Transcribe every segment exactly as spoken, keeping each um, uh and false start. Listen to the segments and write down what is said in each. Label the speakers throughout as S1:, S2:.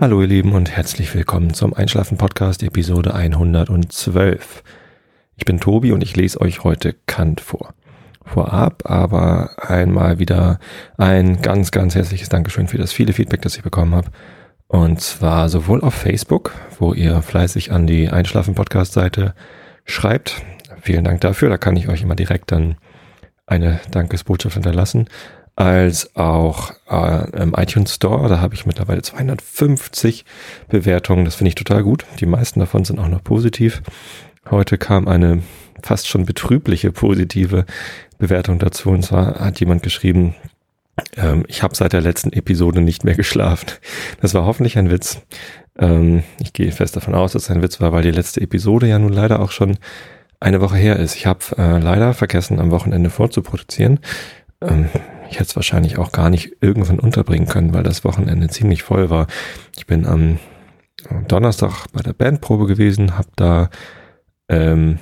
S1: Hallo ihr Lieben und herzlich willkommen zum Einschlafen-Podcast Episode hundertzwölf. Ich bin Tobi und ich lese euch heute Kant vor. Vorab aber einmal wieder ein ganz, ganz herzliches Dankeschön für das viele Feedback, das ich bekommen habe. Und zwar sowohl auf Facebook, wo ihr fleißig an die Einschlafen-Podcast-Seite schreibt. Vielen Dank dafür, da kann ich euch immer direkt dann eine Dankesbotschaft hinterlassen. Als auch äh, im iTunes Store, da habe ich mittlerweile zweihundertfünfzig Bewertungen, das finde ich total gut. Die meisten davon sind auch noch positiv. Heute kam eine fast schon betrübliche positive Bewertung dazu, und zwar hat jemand geschrieben, ähm, ich habe seit der letzten Episode nicht mehr geschlafen. Das war hoffentlich ein Witz. Ähm, ich gehe fest davon aus, dass es ein Witz war, weil die letzte Episode ja nun leider auch schon eine Woche her ist. Ich habe äh, leider vergessen, am Wochenende vorzuproduzieren. Ähm, Ich hätte es wahrscheinlich auch gar nicht irgendwann unterbringen können, weil das Wochenende ziemlich voll war. Ich bin am Donnerstag bei der Bandprobe gewesen, habe da ähm,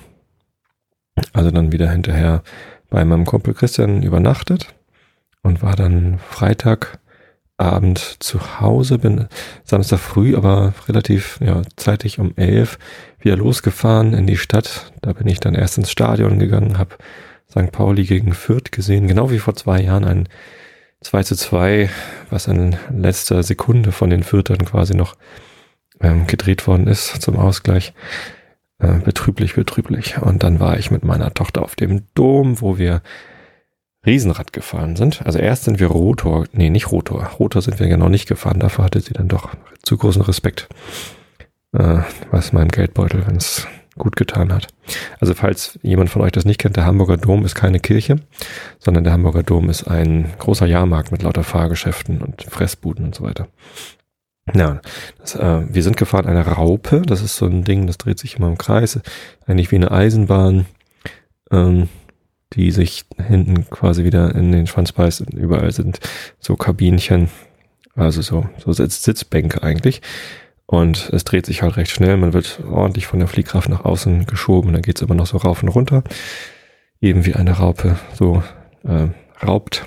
S1: also dann wieder hinterher bei meinem Kumpel Christian übernachtet und war dann Freitagabend zu Hause, bin Samstag früh, aber relativ ja, zeitig um elf wieder losgefahren in die Stadt. Da bin ich dann erst ins Stadion gegangen, habe Sankt Pauli gegen Fürth gesehen, genau wie vor zwei Jahren ein zwei zu zwei, was in letzter Sekunde von den Fürthern quasi noch ähm, gedreht worden ist zum Ausgleich. Äh, betrüblich, betrüblich. Und dann war ich mit meiner Tochter auf dem Dom, wo wir Riesenrad gefahren sind. Also erst sind wir Rotor, nee, nicht Rotor, Rotor sind wir ja noch nicht gefahren, dafür hatte sie dann doch zu großen Respekt, äh, was meinem Geldbeutel, wenn es gut getan hat. Also falls jemand von euch das nicht kennt, der Hamburger Dom ist keine Kirche, sondern der Hamburger Dom ist ein großer Jahrmarkt mit lauter Fahrgeschäften und Fressbuden und so weiter. Ja, das, äh, wir sind gefahren eine Raupe, das ist so ein Ding, das dreht sich immer im Kreis, eigentlich wie eine Eisenbahn, ähm, die sich hinten quasi wieder in den Schwanz beißt und überall sind so Kabinchen, also so, so Sitz, Sitzbänke eigentlich. Und es dreht sich halt recht schnell, man wird ordentlich von der Fliehkraft nach außen geschoben, dann geht's immer noch so rauf und runter, eben wie eine Raupe so äh, raubt.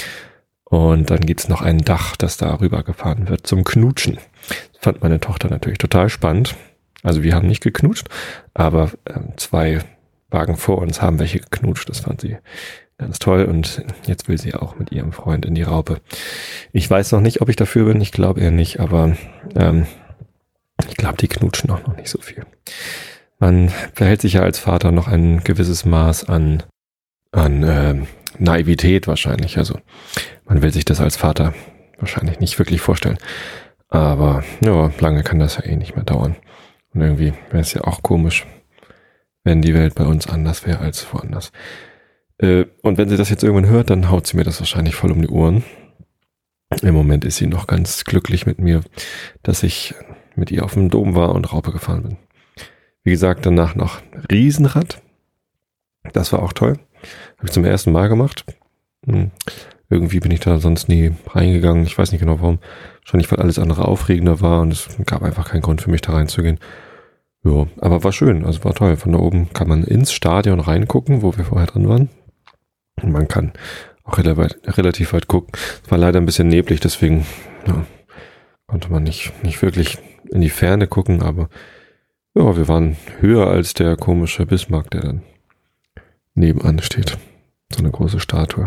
S1: Und dann gibt's noch ein Dach, das da rüber gefahren wird zum Knutschen. Das fand meine Tochter natürlich total spannend. Also wir haben nicht geknutscht, aber äh, zwei Wagen vor uns haben welche geknutscht, das fand sie ganz toll und jetzt will sie auch mit ihrem Freund in die Raupe. Ich weiß noch nicht, ob ich dafür bin, ich glaube eher nicht, aber ähm, ich glaube, die knutschen auch noch nicht so viel. Man verhält sich ja als Vater noch ein gewisses Maß an, an äh, Naivität wahrscheinlich. Also man will sich das als Vater wahrscheinlich nicht wirklich vorstellen. Aber ja, lange kann das ja eh nicht mehr dauern. Und irgendwie wäre es ja auch komisch, wenn die Welt bei uns anders wäre als woanders. Äh, und wenn sie das jetzt irgendwann hört, dann haut sie mir das wahrscheinlich voll um die Ohren. Im Moment ist sie noch ganz glücklich mit mir, dass ich mit ihr auf dem Dom war und Raupe gefahren bin. Wie gesagt, danach noch Riesenrad. Das war auch toll. Habe ich zum ersten Mal gemacht. Hm. Irgendwie bin ich da sonst nie reingegangen. Ich weiß nicht genau warum. Wahrscheinlich, weil alles andere aufregender war und es gab einfach keinen Grund für mich da reinzugehen. Ja, aber war schön. Also war toll. Von da oben kann man ins Stadion reingucken, wo wir vorher drin waren. Und man kann auch relativ weit gucken. Es war leider ein bisschen neblig, deswegen ja, konnte man nicht, nicht wirklich in die Ferne gucken, aber ja, wir waren höher als der komische Bismarck, der dann nebenan steht. So eine große Statue.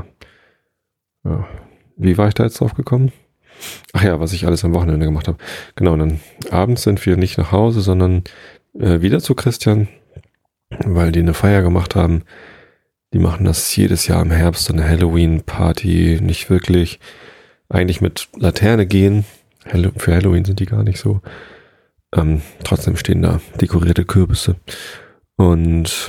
S1: Ja. Wie war ich da jetzt drauf gekommen? Ach ja, was ich alles am Wochenende gemacht habe. Genau, und dann abends sind wir nicht nach Hause, sondern äh, wieder zu Christian, weil die eine Feier gemacht haben. Die machen das jedes Jahr im Herbst, so eine Halloween-Party, nicht wirklich. Eigentlich mit Laterne gehen. Für Halloween sind die gar nicht so. Ähm, trotzdem stehen da dekorierte Kürbisse. Und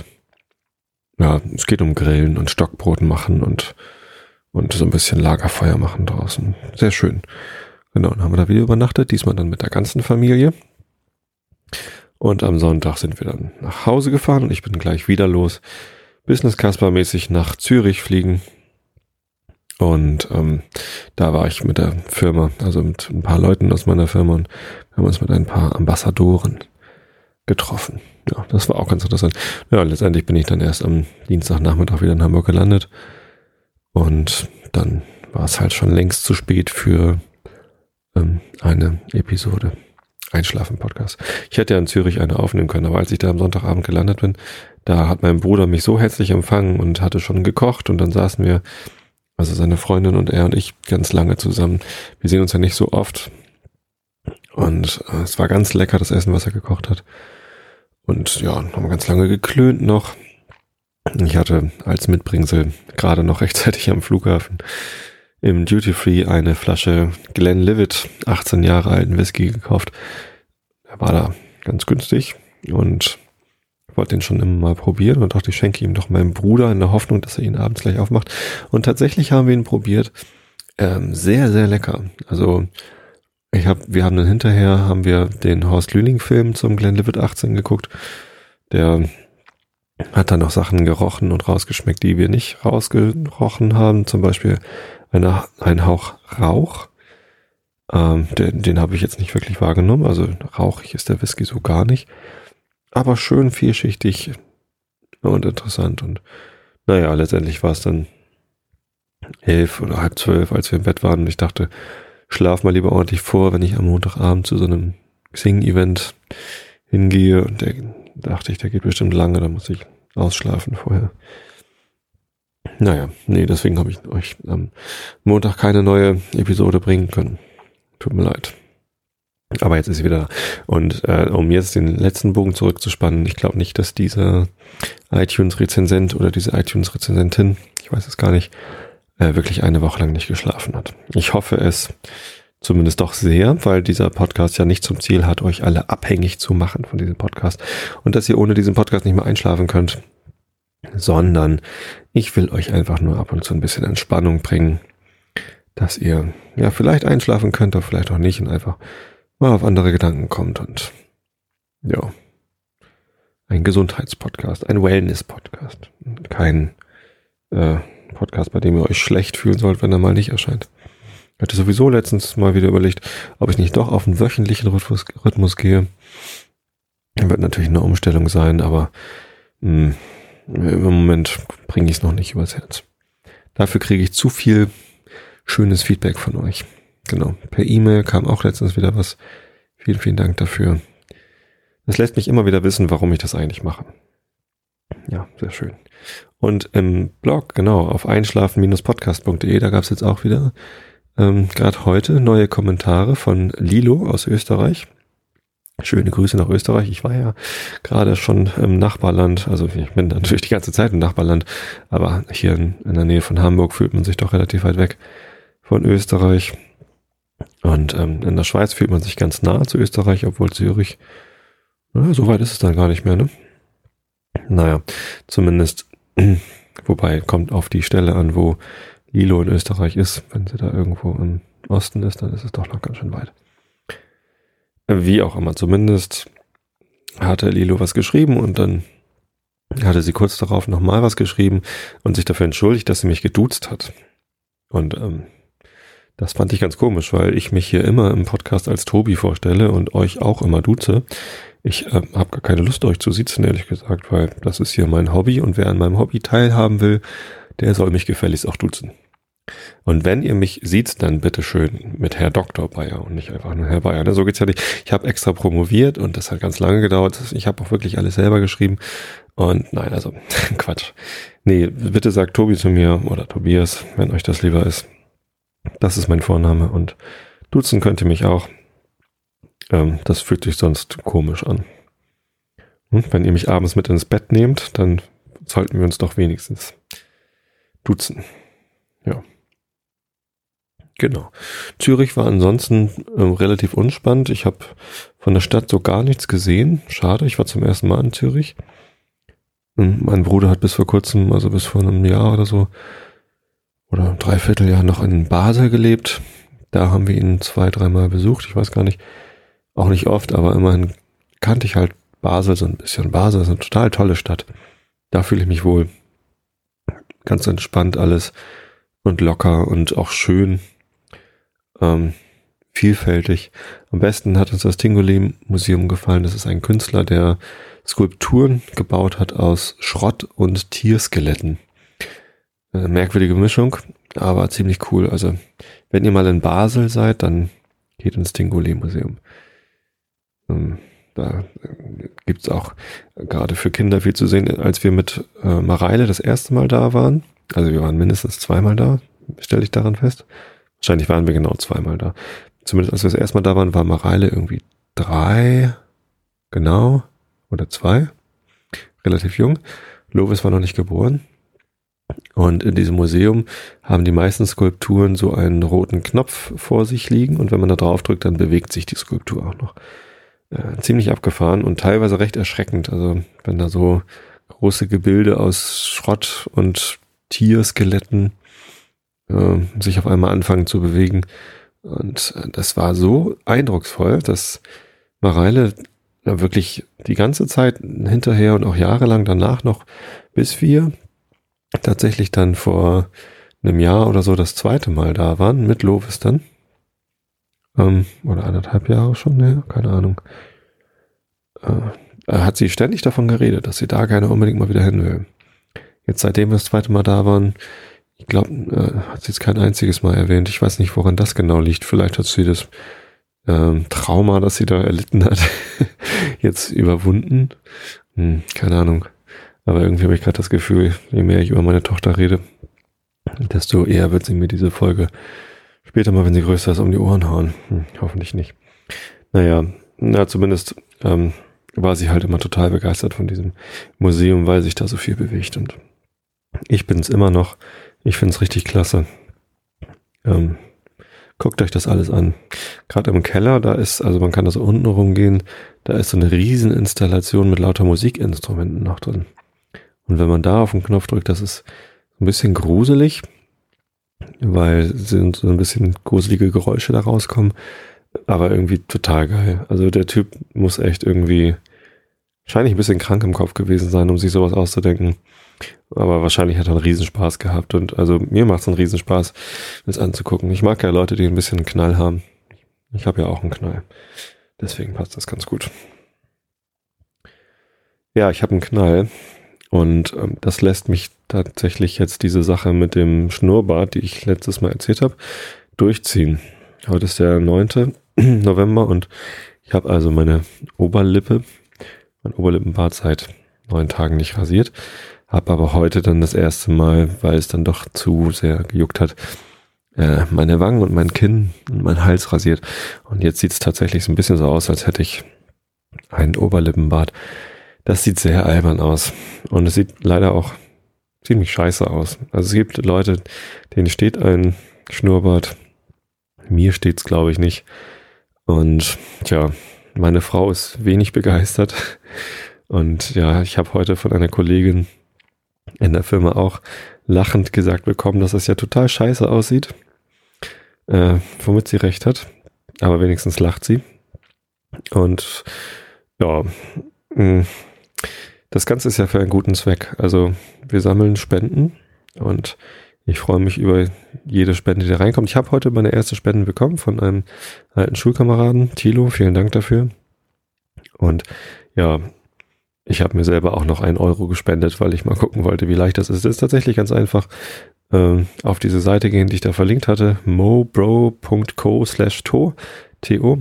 S1: ja, es geht um Grillen und Stockbroten machen und, und so ein bisschen Lagerfeuer machen draußen. Sehr schön. Genau, dann haben wir da wieder übernachtet, diesmal dann mit der ganzen Familie. Und am Sonntag sind wir dann nach Hause gefahren und ich bin gleich wieder los. Business-Casper-mäßig nach Zürich fliegen. Und ähm, da war ich mit der Firma, also mit ein paar Leuten aus meiner Firma und wir haben uns mit ein paar Ambassadoren getroffen. Ja, das war auch ganz interessant. Ja, letztendlich bin ich dann erst am Dienstagnachmittag wieder in Hamburg gelandet und dann war es halt schon längst zu spät für ähm, eine Episode. Einschlafen-Podcast. Ich hätte ja in Zürich eine aufnehmen können, aber als ich da am Sonntagabend gelandet bin, da hat mein Bruder mich so herzlich empfangen und hatte schon gekocht und dann saßen wir, also seine Freundin und er und ich, ganz lange zusammen. Wir sehen uns ja nicht so oft und äh, es war ganz lecker, das Essen, was er gekocht hat. Und ja, haben wir ganz lange geklönt noch. Ich hatte als Mitbringsel gerade noch rechtzeitig am Flughafen im Duty Free eine Flasche Glenlivet, achtzehn Jahre alten Whisky gekauft. Er war da ganz günstig und wollte den schon immer mal probieren und dachte, ich schenke ihm doch meinem Bruder in der Hoffnung, dass er ihn abends gleich aufmacht. Und tatsächlich haben wir ihn probiert. Ähm, sehr, sehr lecker. Also ich hab, wir haben dann hinterher, haben wir den Horst Lüning-Film zum Glenlivet achtzehn geguckt. Der hat dann noch Sachen gerochen und rausgeschmeckt, die wir nicht rausgerochen haben. Zum Beispiel eine, ein Hauch Rauch. Ähm, den den habe ich jetzt nicht wirklich wahrgenommen. Also rauchig ist der Whisky so gar nicht. Aber schön vielschichtig und interessant. Und naja, letztendlich war es dann elf oder halb zwölf, als wir im Bett waren. Und ich dachte, schlaf mal lieber ordentlich vor, wenn ich am Montagabend zu so einem Xing-Event hingehe. Und der dachte ich, der geht bestimmt lange, da muss ich ausschlafen vorher. Naja, nee, deswegen habe ich euch am Montag keine neue Episode bringen können. Tut mir leid. Aber jetzt ist sie wieder da. Und äh, um jetzt den letzten Bogen zurückzuspannen, ich glaube nicht, dass dieser iTunes-Rezensent oder diese iTunes-Rezensentin, ich weiß es gar nicht, äh, wirklich eine Woche lang nicht geschlafen hat. Ich hoffe es zumindest doch sehr, weil dieser Podcast ja nicht zum Ziel hat, euch alle abhängig zu machen von diesem Podcast und dass ihr ohne diesen Podcast nicht mehr einschlafen könnt, sondern ich will euch einfach nur ab und zu ein bisschen Entspannung bringen, dass ihr ja vielleicht einschlafen könnt, aber vielleicht auch nicht und einfach mal auf andere Gedanken kommt und ja, ein Gesundheitspodcast, ein Wellness-Podcast, kein äh, Podcast, bei dem ihr euch schlecht fühlen sollt, wenn er mal nicht erscheint. Ich hatte sowieso letztens mal wieder überlegt, ob ich nicht doch auf einen wöchentlichen Rhythmus, Rhythmus gehe. Wird natürlich eine Umstellung sein, aber mh, im Moment bringe ich es noch nicht übers Herz. Dafür kriege ich zu viel schönes Feedback von euch. Genau, per E-Mail kam auch letztens wieder was. Vielen, vielen Dank dafür. Das lässt mich immer wieder wissen, warum ich das eigentlich mache. Ja, sehr schön. Und im Blog, genau, auf einschlafen Bindestrich podcast Punkt de, da gab es jetzt auch wieder ähm, gerade heute neue Kommentare von Lilo aus Österreich. Schöne Grüße nach Österreich. Ich war ja gerade schon im Nachbarland, also ich bin natürlich die ganze Zeit im Nachbarland, aber hier in, in der Nähe von Hamburg fühlt man sich doch relativ weit weg von Österreich. Und ähm, in der Schweiz fühlt man sich ganz nah zu Österreich, obwohl Zürich, na, so weit ist es dann gar nicht mehr, ne? Naja, zumindest, wobei kommt auf die Stelle an, wo Lilo in Österreich ist. Wenn sie da irgendwo im Osten ist, dann ist es doch noch ganz schön weit. Wie auch immer, zumindest hatte Lilo was geschrieben und dann hatte sie kurz darauf nochmal was geschrieben und sich dafür entschuldigt, dass sie mich geduzt hat. Und ähm, das fand ich ganz komisch, weil ich mich hier immer im Podcast als Tobi vorstelle und euch auch immer duze. Ich äh, habe gar keine Lust, euch zu siezen, ehrlich gesagt, weil das ist hier mein Hobby und wer an meinem Hobby teilhaben will, der soll mich gefälligst auch duzen. Und wenn ihr mich sieht, dann bitte schön mit Herr Doktor Bayer und nicht einfach nur Herr Bayer. Ne? So geht's ja nicht. Ich habe extra promoviert und das hat ganz lange gedauert. Ich habe auch wirklich alles selber geschrieben. Und nein, also Quatsch. Nee, bitte sagt Tobi zu mir oder Tobias, wenn euch das lieber ist. Das ist mein Vorname und duzen könnt ihr mich auch. Ähm, das fühlt sich sonst komisch an. Und wenn ihr mich abends mit ins Bett nehmt, dann sollten wir uns doch wenigstens duzen. Ja. Genau. Zürich war ansonsten ähm, relativ unspannend. Ich habe von der Stadt so gar nichts gesehen. Schade, ich war zum ersten Mal in Zürich. Und mein Bruder hat bis vor kurzem, also bis vor einem Jahr oder so, oder dreiviertel Jahr noch in Basel gelebt. Da haben wir ihn zwei, dreimal besucht. Ich weiß gar nicht, auch nicht oft, aber immerhin kannte ich halt Basel so ein bisschen. Basel ist eine total tolle Stadt. Da fühle ich mich wohl. Ganz entspannt alles und locker und auch schön. Ähm, vielfältig. Am besten hat uns das Tingoli-Museum gefallen. Das ist ein Künstler, der Skulpturen gebaut hat aus Schrott und Tierskeletten. Eine merkwürdige Mischung, aber ziemlich cool. Also, wenn ihr mal in Basel seid, dann geht ins Tingoli-Museum. Ähm, da gibt es auch gerade für Kinder viel zu sehen. Als wir mit äh, Mareile das erste Mal da waren, also wir waren mindestens zweimal da, stelle ich daran fest. Wahrscheinlich waren wir genau zweimal da. Zumindest als wir das erste Mal da waren, war Mareile irgendwie drei, genau, oder zwei, relativ jung. Lovis war noch nicht geboren. Und in diesem Museum haben die meisten Skulpturen so einen roten Knopf vor sich liegen und wenn man da drauf drückt, dann bewegt sich die Skulptur auch noch. Äh, ziemlich abgefahren und teilweise recht erschreckend. Also wenn da so große Gebilde aus Schrott und Tierskeletten äh, sich auf einmal anfangen zu bewegen. Und äh, das war so eindrucksvoll, dass Mareile ja, wirklich die ganze Zeit hinterher und auch jahrelang danach noch, bis wir tatsächlich dann vor einem Jahr oder so das zweite Mal da waren, mit Lovis dann. Ähm, oder anderthalb Jahre schon, ne? Keine Ahnung. Äh, hat sie ständig davon geredet, dass sie da gerne unbedingt mal wieder hin will. Jetzt, seitdem wir das zweite Mal da waren, ich glaube, äh, hat sie es kein einziges Mal erwähnt. Ich weiß nicht, woran das genau liegt. Vielleicht hat sie das ähm, Trauma, das sie da erlitten hat, jetzt überwunden. Hm, keine Ahnung. Aber irgendwie habe ich gerade das Gefühl, je mehr ich über meine Tochter rede, desto eher wird sie mir diese Folge später mal, wenn sie größer ist, um die Ohren hauen. Hm, hoffentlich nicht. Naja, na zumindest ähm, war sie halt immer total begeistert von diesem Museum, weil sich da so viel bewegt. Und ich bin es immer noch. Ich finde es richtig klasse. Ähm, guckt euch das alles an. Gerade im Keller, da ist, also man kann da so unten rumgehen, da ist so eine Rieseninstallation mit lauter Musikinstrumenten noch drin. Und wenn man da auf den Knopf drückt, das ist ein bisschen gruselig, weil sind so ein bisschen gruselige Geräusche da rauskommen, aber irgendwie total geil. Also der Typ muss echt irgendwie wahrscheinlich ein bisschen krank im Kopf gewesen sein, um sich sowas auszudenken. Aber wahrscheinlich hat er einen Riesenspaß gehabt und also mir macht es einen Riesenspaß, das anzugucken. Ich mag ja Leute, die ein bisschen einen Knall haben. Ich habe ja auch einen Knall. Deswegen passt das ganz gut. Ja, ich habe einen Knall. Und ähm, das lässt mich tatsächlich jetzt diese Sache mit dem Schnurrbart, die ich letztes Mal erzählt habe, durchziehen. Heute ist der neunte November und ich habe also meine Oberlippe, mein Oberlippenbart seit neun Tagen nicht rasiert. Habe aber heute dann das erste Mal, weil es dann doch zu sehr gejuckt hat, äh, meine Wangen und mein Kinn und mein Hals rasiert. Und jetzt sieht es tatsächlich so ein bisschen so aus, als hätte ich einen Oberlippenbart. Das sieht sehr albern aus. Und es sieht leider auch ziemlich scheiße aus. Also es gibt Leute, denen steht ein Schnurrbart. Mir steht's, glaube ich, nicht. Und tja, meine Frau ist wenig begeistert. Und ja, ich habe heute von einer Kollegin in der Firma auch lachend gesagt bekommen, dass es ja total scheiße aussieht. Äh, womit sie recht hat. Aber wenigstens lacht sie. Und ja, mh, das Ganze ist ja für einen guten Zweck. Also wir sammeln Spenden und ich freue mich über jede Spende, die reinkommt. Ich habe heute meine erste Spende bekommen von einem alten Schulkameraden, Thilo. Vielen Dank dafür. Und ja, ich habe mir selber auch noch einen Euro gespendet, weil ich mal gucken wollte, wie leicht das ist. Es ist tatsächlich ganz einfach. Ähm, auf diese Seite gehen, die ich da verlinkt hatte, mobro.co slash to, T-O.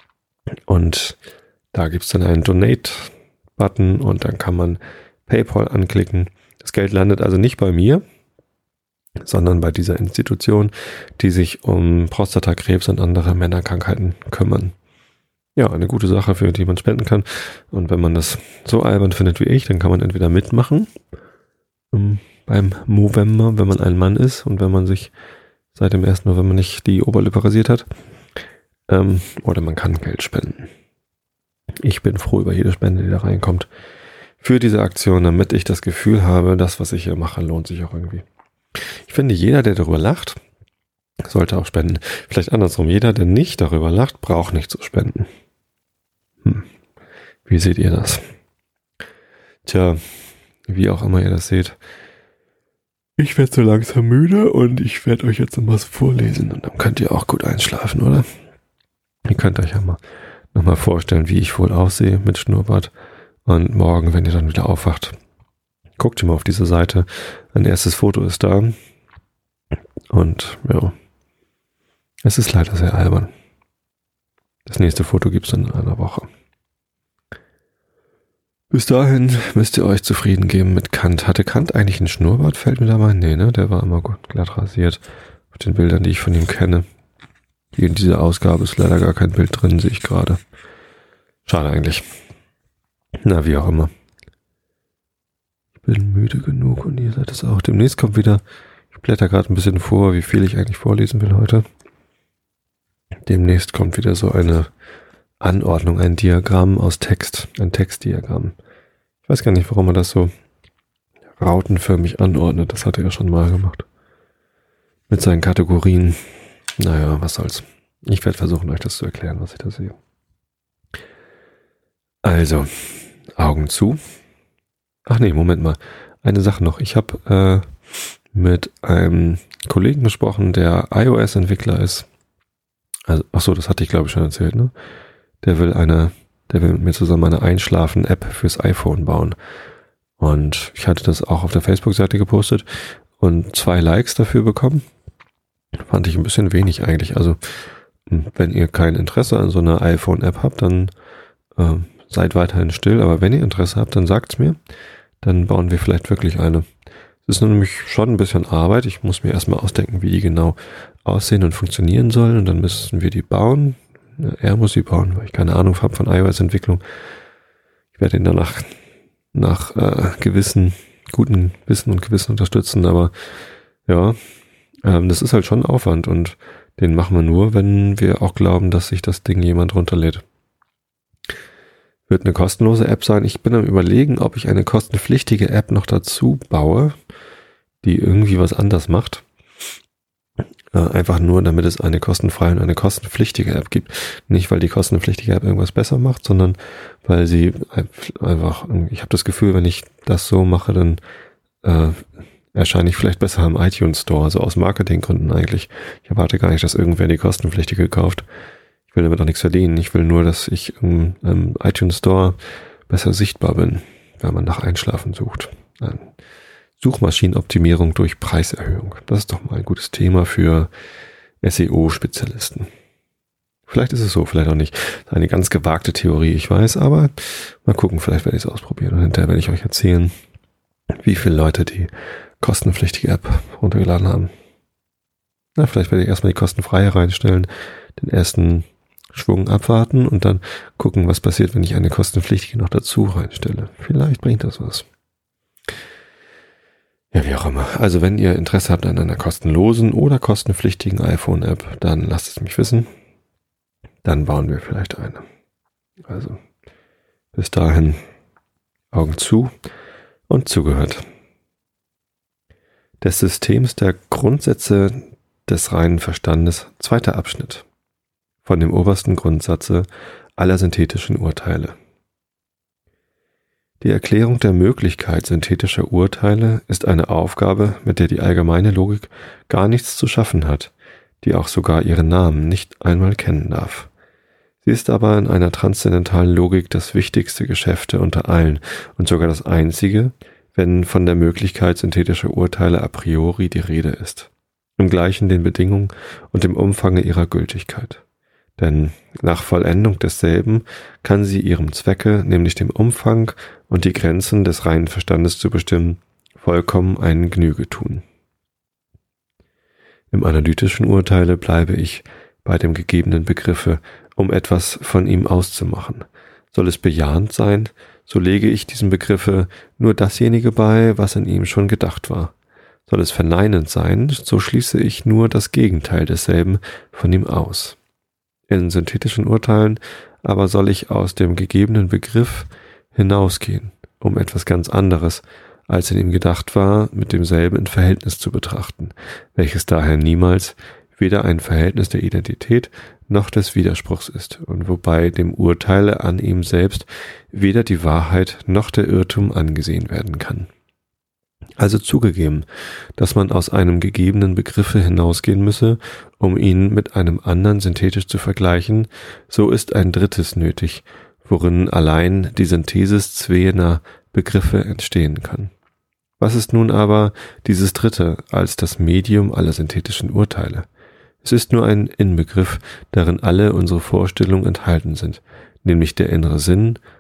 S1: Und da gibt es dann einen Donate-Button und dann kann man PayPal anklicken. Das Geld landet also nicht bei mir, sondern bei dieser Institution, die sich um Prostatakrebs und andere Männerkrankheiten kümmern. Ja, eine gute Sache, für die man spenden kann. Und wenn man das so albern findet wie ich, dann kann man entweder mitmachen um, beim Movember, wenn man ein Mann ist und wenn man sich seit dem ersten November nicht die Oberlippe rasiert hat. Ähm, oder man kann Geld spenden. Ich bin froh über jede Spende, die da reinkommt, für diese Aktion, damit ich das Gefühl habe, das, was ich hier mache, lohnt sich auch irgendwie. Ich finde, jeder, der darüber lacht, sollte auch spenden. Vielleicht andersrum, jeder, der nicht darüber lacht, braucht nicht zu spenden. Hm. Wie seht ihr das? Tja, wie auch immer ihr das seht. Ich werde so langsam müde und ich werde euch jetzt noch was vorlesen und dann könnt ihr auch gut einschlafen, oder? Ihr könnt euch ja mal nochmal vorstellen, wie ich wohl aussehe mit Schnurrbart. Und morgen, wenn ihr dann wieder aufwacht, guckt ihr mal auf diese Seite. Ein erstes Foto ist da. Und ja, es ist leider sehr albern. Das nächste Foto gibt es in einer Woche. Bis dahin müsst ihr euch zufrieden geben mit Kant. Hatte Kant eigentlich einen Schnurrbart? Fällt mir da mal? Nee, ne? Der war immer gut glatt rasiert. Auf den Bildern, die ich von ihm kenne. Hier in dieser Ausgabe ist leider gar kein Bild drin, sehe ich gerade. Schade eigentlich. Na, wie auch immer. Ich bin müde genug und ihr seid es auch. Demnächst kommt wieder, ich blätter gerade ein bisschen vor, wie viel ich eigentlich vorlesen will heute. Demnächst kommt wieder so eine Anordnung, ein Diagramm aus Text, ein Textdiagramm. Ich weiß gar nicht, warum man das so rautenförmig anordnet. Das hat er ja schon mal gemacht. Mit seinen Kategorien. Naja, was soll's. Ich werde versuchen, euch das zu erklären, was ich da sehe. Also, Augen zu. Ach nee, Moment mal. Eine Sache noch. Ich habe äh, mit einem Kollegen gesprochen, der iOS-Entwickler ist. Also, ach so, das hatte ich glaube ich schon erzählt, ne? Der will eine, der will mit mir zusammen eine Einschlafen-App fürs iPhone bauen. Und ich hatte das auch auf der Facebook-Seite gepostet und zwei Likes dafür bekommen. Fand ich ein bisschen wenig eigentlich. Also, wenn ihr kein Interesse an so einer iPhone-App habt, dann äh, seid weiterhin still. Aber wenn ihr Interesse habt, dann sagt's mir. Dann bauen wir vielleicht wirklich eine. Es ist nämlich schon ein bisschen Arbeit. Ich muss mir erstmal ausdenken, wie die genau aussehen und funktionieren sollen. Und dann müssen wir die bauen. Er muss sie bauen, weil ich keine Ahnung habe von iOS-Entwicklung. Ich werde ihn danach nach äh, gewissen, guten Wissen und Gewissen unterstützen. Aber ja, ähm, das ist halt schon Aufwand. Und den machen wir nur, wenn wir auch glauben, dass sich das Ding jemand runterlädt. Wird eine kostenlose App sein. Ich bin am Überlegen, ob ich eine kostenpflichtige App noch dazu baue, die irgendwie was anders macht. Äh, einfach nur, damit es eine kostenfreie und eine kostenpflichtige App gibt. Nicht, weil die kostenpflichtige App irgendwas besser macht, sondern weil sie einfach, ich habe das Gefühl, wenn ich das so mache, dann äh, erscheine ich vielleicht besser im iTunes Store, also aus Marketinggründen eigentlich. Ich erwarte gar nicht, dass irgendwer die kostenpflichtige kauft. Ich will damit auch nichts verdienen. Ich will nur, dass ich im, im iTunes Store besser sichtbar bin, wenn man nach Einschlafen sucht. Suchmaschinenoptimierung durch Preiserhöhung. Das ist doch mal ein gutes Thema für S E O-Spezialisten. Vielleicht ist es so, vielleicht auch nicht. Eine ganz gewagte Theorie, ich weiß, aber mal gucken, vielleicht werde ich es ausprobieren. Und hinterher werde ich euch erzählen, wie viele Leute die kostenpflichtige App runtergeladen haben. Na, vielleicht werde ich erstmal die kostenfreie reinstellen, den ersten Schwung abwarten und dann gucken, was passiert, wenn ich eine kostenpflichtige noch dazu reinstelle. Vielleicht bringt das was. Ja, wie auch immer. Also wenn ihr Interesse habt an einer kostenlosen oder kostenpflichtigen iPhone-App, dann lasst es mich wissen. Dann bauen wir vielleicht eine. Also bis dahin Augen zu und zugehört. Des Systems der Grundsätze des reinen Verstandes, zweiter Abschnitt. Von dem obersten Grundsatze aller synthetischen Urteile. Die Erklärung der Möglichkeit synthetischer Urteile ist eine Aufgabe, mit der die allgemeine Logik gar nichts zu schaffen hat, die auch sogar ihren Namen nicht einmal kennen darf. Sie ist aber in einer transzendentalen Logik das wichtigste Geschäft unter allen und sogar das einzige, wenn von der Möglichkeit synthetischer Urteile a priori die Rede ist, im Gleichen den Bedingungen und dem Umfange ihrer Gültigkeit. Denn nach Vollendung desselben kann sie ihrem Zwecke, nämlich dem Umfang und die Grenzen des reinen Verstandes zu bestimmen, vollkommen einen Genüge tun. Im analytischen Urteile bleibe ich bei dem gegebenen Begriffe, um etwas von ihm auszumachen. Soll es bejahend sein, so lege ich diesem Begriffe nur dasjenige bei, was in ihm schon gedacht war. Soll es verneinend sein, so schließe ich nur das Gegenteil desselben von ihm aus. In synthetischen Urteilen aber soll ich aus dem gegebenen Begriff hinausgehen, um etwas ganz anderes, als in ihm gedacht war, mit demselben in Verhältnis zu betrachten, welches daher niemals weder ein Verhältnis der Identität noch des Widerspruchs ist und wobei dem Urteile an ihm selbst weder die Wahrheit noch der Irrtum angesehen werden kann. Also zugegeben, dass man aus einem gegebenen Begriffe hinausgehen müsse, um ihn mit einem anderen synthetisch zu vergleichen, so ist ein drittes nötig, worin allein die Synthesis zweierner Begriffe entstehen kann. Was ist nun aber dieses dritte als das Medium aller synthetischen Urteile? Es ist nur ein Inbegriff, darin alle unsere Vorstellungen enthalten sind, nämlich der innere Sinn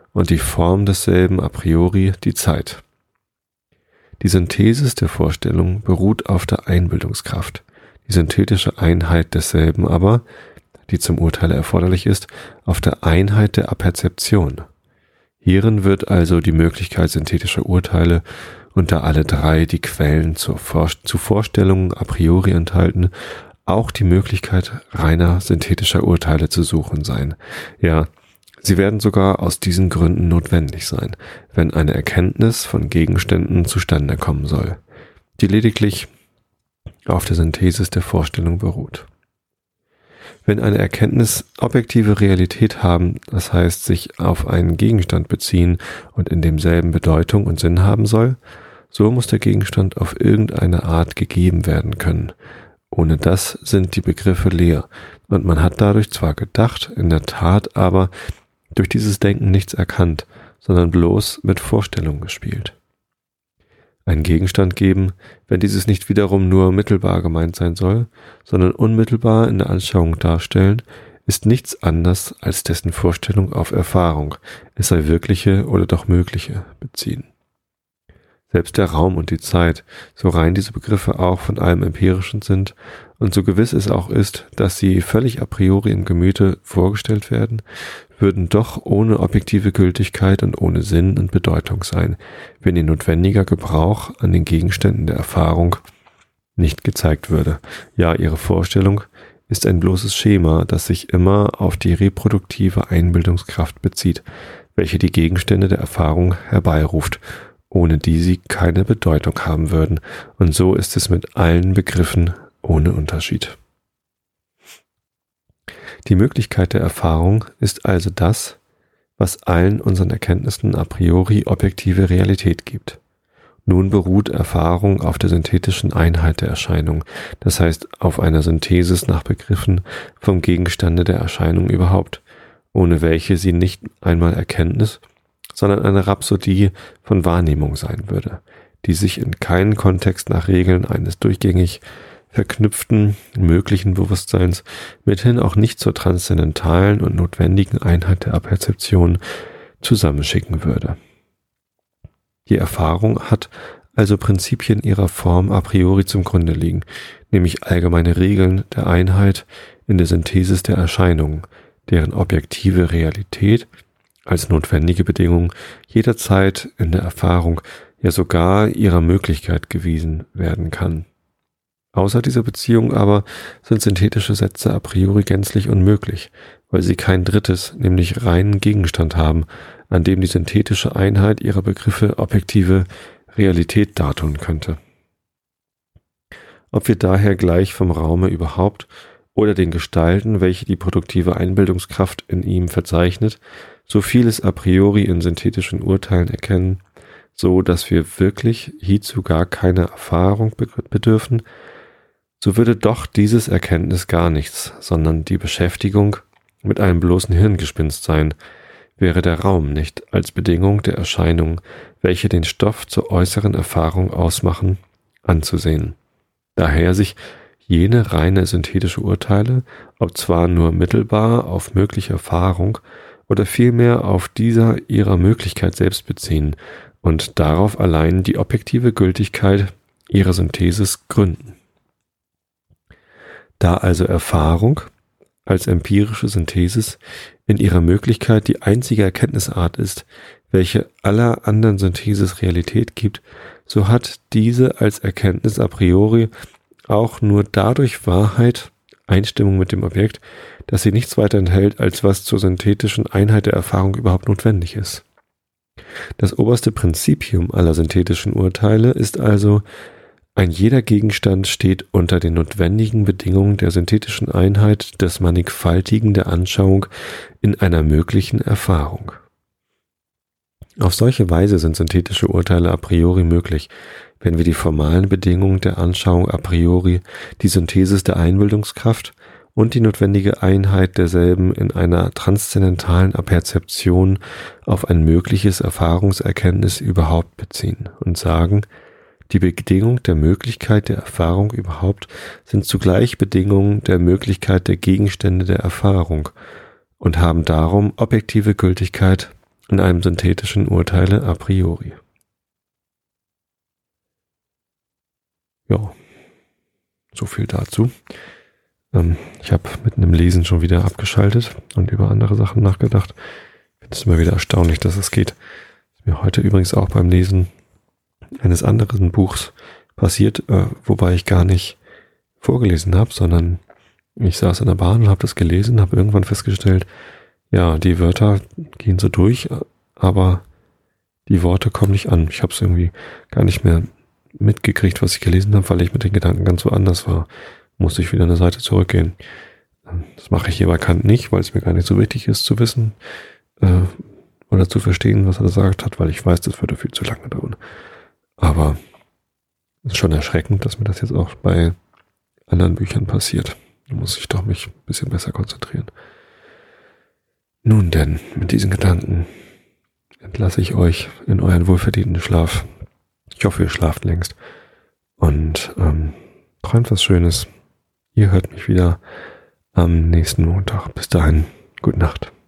S1: und die Form desselben a priori die Zeit. Die Synthesis der Vorstellung beruht auf der Einbildungskraft, die synthetische Einheit desselben aber, die zum Urteile erforderlich ist, auf der Einheit der Aperzeption. Hierin wird also die Möglichkeit synthetischer Urteile und da alle drei die Quellen zur Vor- zu Vorstellungen a priori enthalten, auch die Möglichkeit reiner synthetischer Urteile zu suchen sein. Ja, sie werden sogar aus diesen Gründen notwendig sein, wenn eine Erkenntnis von Gegenständen zustande kommen soll, die lediglich auf der Synthesis der Vorstellung beruht. Wenn eine Erkenntnis objektive Realität haben, das heißt sich auf einen Gegenstand beziehen und in demselben Bedeutung und Sinn haben soll, so muss der Gegenstand auf irgendeine Art gegeben werden können. Ohne das sind die Begriffe leer und man hat dadurch zwar gedacht, in der Tat aber durch dieses Denken nichts erkannt, sondern bloß mit Vorstellung gespielt. Einen Gegenstand geben, wenn dieses nicht wiederum nur mittelbar gemeint sein soll, sondern unmittelbar in der Anschauung darstellen, ist nichts anderes als dessen Vorstellung auf Erfahrung, es sei wirkliche oder doch mögliche, beziehen. Selbst der Raum und die Zeit, so rein diese Begriffe auch von allem Empirischen sind und so gewiss es auch ist, dass sie völlig a priori im Gemüte vorgestellt werden, würden doch ohne objektive Gültigkeit und ohne Sinn und Bedeutung sein, wenn ihr notwendiger Gebrauch an den Gegenständen der Erfahrung nicht gezeigt würde. Ja, ihre Vorstellung ist ein bloßes Schema, das sich immer auf die reproduktive Einbildungskraft bezieht, welche die Gegenstände der Erfahrung herbeiruft, ohne die sie keine Bedeutung haben würden, und so ist es mit allen Begriffen ohne Unterschied. Die Möglichkeit der Erfahrung ist also das, was allen unseren Erkenntnissen a priori objektive Realität gibt. Nun beruht Erfahrung auf der synthetischen Einheit der Erscheinung, das heißt auf einer Synthesis nach Begriffen vom Gegenstande der Erscheinung überhaupt, ohne welche sie nicht einmal Erkenntnis, sondern eine Rhapsodie von Wahrnehmung sein würde, die sich in keinen Kontext nach Regeln eines durchgängig verknüpften, möglichen Bewusstseins, mithin auch nicht zur transzendentalen und notwendigen Einheit der Aperzeption zusammenschicken würde. Die Erfahrung hat also Prinzipien ihrer Form a priori zum Grunde liegen, nämlich allgemeine Regeln der Einheit in der Synthesis der Erscheinungen, deren objektive Realität als notwendige Bedingung jederzeit in der Erfahrung, ja sogar ihrer Möglichkeit gewiesen werden kann. Außer dieser Beziehung aber sind synthetische Sätze a priori gänzlich unmöglich, weil sie kein drittes, nämlich reinen Gegenstand haben, an dem die synthetische Einheit ihrer Begriffe objektive Realität dartun könnte. Ob wir daher gleich vom Raume überhaupt oder den Gestalten, welche die produktive Einbildungskraft in ihm verzeichnet, so vieles a priori in synthetischen Urteilen erkennen, so dass wir wirklich hierzu gar keine Erfahrung bedürfen, so würde doch dieses Erkenntnis gar nichts, sondern die Beschäftigung mit einem bloßen Hirngespinst sein, wäre der Raum nicht als Bedingung der Erscheinung, welche den Stoff zur äußeren Erfahrung ausmachen, anzusehen. Daher sich jene reine synthetische Urteile, ob zwar nur mittelbar auf mögliche Erfahrung oder vielmehr auf dieser ihrer Möglichkeit selbst beziehen und darauf allein die objektive Gültigkeit ihrer Synthesis gründen. Da also Erfahrung als empirische Synthesis in ihrer Möglichkeit die einzige Erkenntnisart ist, welche aller anderen Synthesis Realität gibt, so hat diese als Erkenntnis a priori auch nur dadurch Wahrheit, Einstimmung mit dem Objekt, dass sie nichts weiter enthält, als was zur synthetischen Einheit der Erfahrung überhaupt notwendig ist. Das oberste Prinzipium aller synthetischen Urteile ist also, ein jeder Gegenstand steht unter den notwendigen Bedingungen der synthetischen Einheit des Mannigfaltigen der Anschauung in einer möglichen Erfahrung. Auf solche Weise sind synthetische Urteile a priori möglich, wenn wir die formalen Bedingungen der Anschauung a priori, die Synthesis der Einbildungskraft und die notwendige Einheit derselben in einer transzendentalen Aperzeption auf ein mögliches Erfahrungserkenntnis überhaupt beziehen und sagen, die Bedingung der Möglichkeit der Erfahrung überhaupt sind zugleich Bedingungen der Möglichkeit der Gegenstände der Erfahrung und haben darum objektive Gültigkeit in einem synthetischen Urteile a priori. Ja, so viel dazu. Ähm, ich habe mitten im Lesen schon wieder abgeschaltet und über andere Sachen nachgedacht. Ich finde es immer wieder erstaunlich, dass es geht. Ist mir heute übrigens auch beim Lesen eines anderen Buchs passiert, äh, wobei ich gar nicht vorgelesen habe, sondern ich saß in der Bahn und habe das gelesen, habe irgendwann festgestellt, ja, die Wörter gehen so durch, aber die Worte kommen nicht an. Ich habe es irgendwie gar nicht mehr mitgekriegt, was ich gelesen habe, weil ich mit den Gedanken ganz woanders war. Musste ich wieder eine Seite zurückgehen. Das mache ich hier bei Kant nicht, weil es mir gar nicht so wichtig ist zu wissen äh, oder zu verstehen, was er gesagt hat, weil ich weiß, das würde viel zu lange dauern. Aber es ist schon erschreckend, dass mir das jetzt auch bei anderen Büchern passiert. Da muss ich doch mich ein bisschen besser konzentrieren. Nun denn, mit diesen Gedanken entlasse ich euch in euren wohlverdienten Schlaf. Ich hoffe, ihr schlaft längst und ähm, träumt was Schönes. Ihr hört mich wieder am nächsten Montag. Bis dahin, gute Nacht.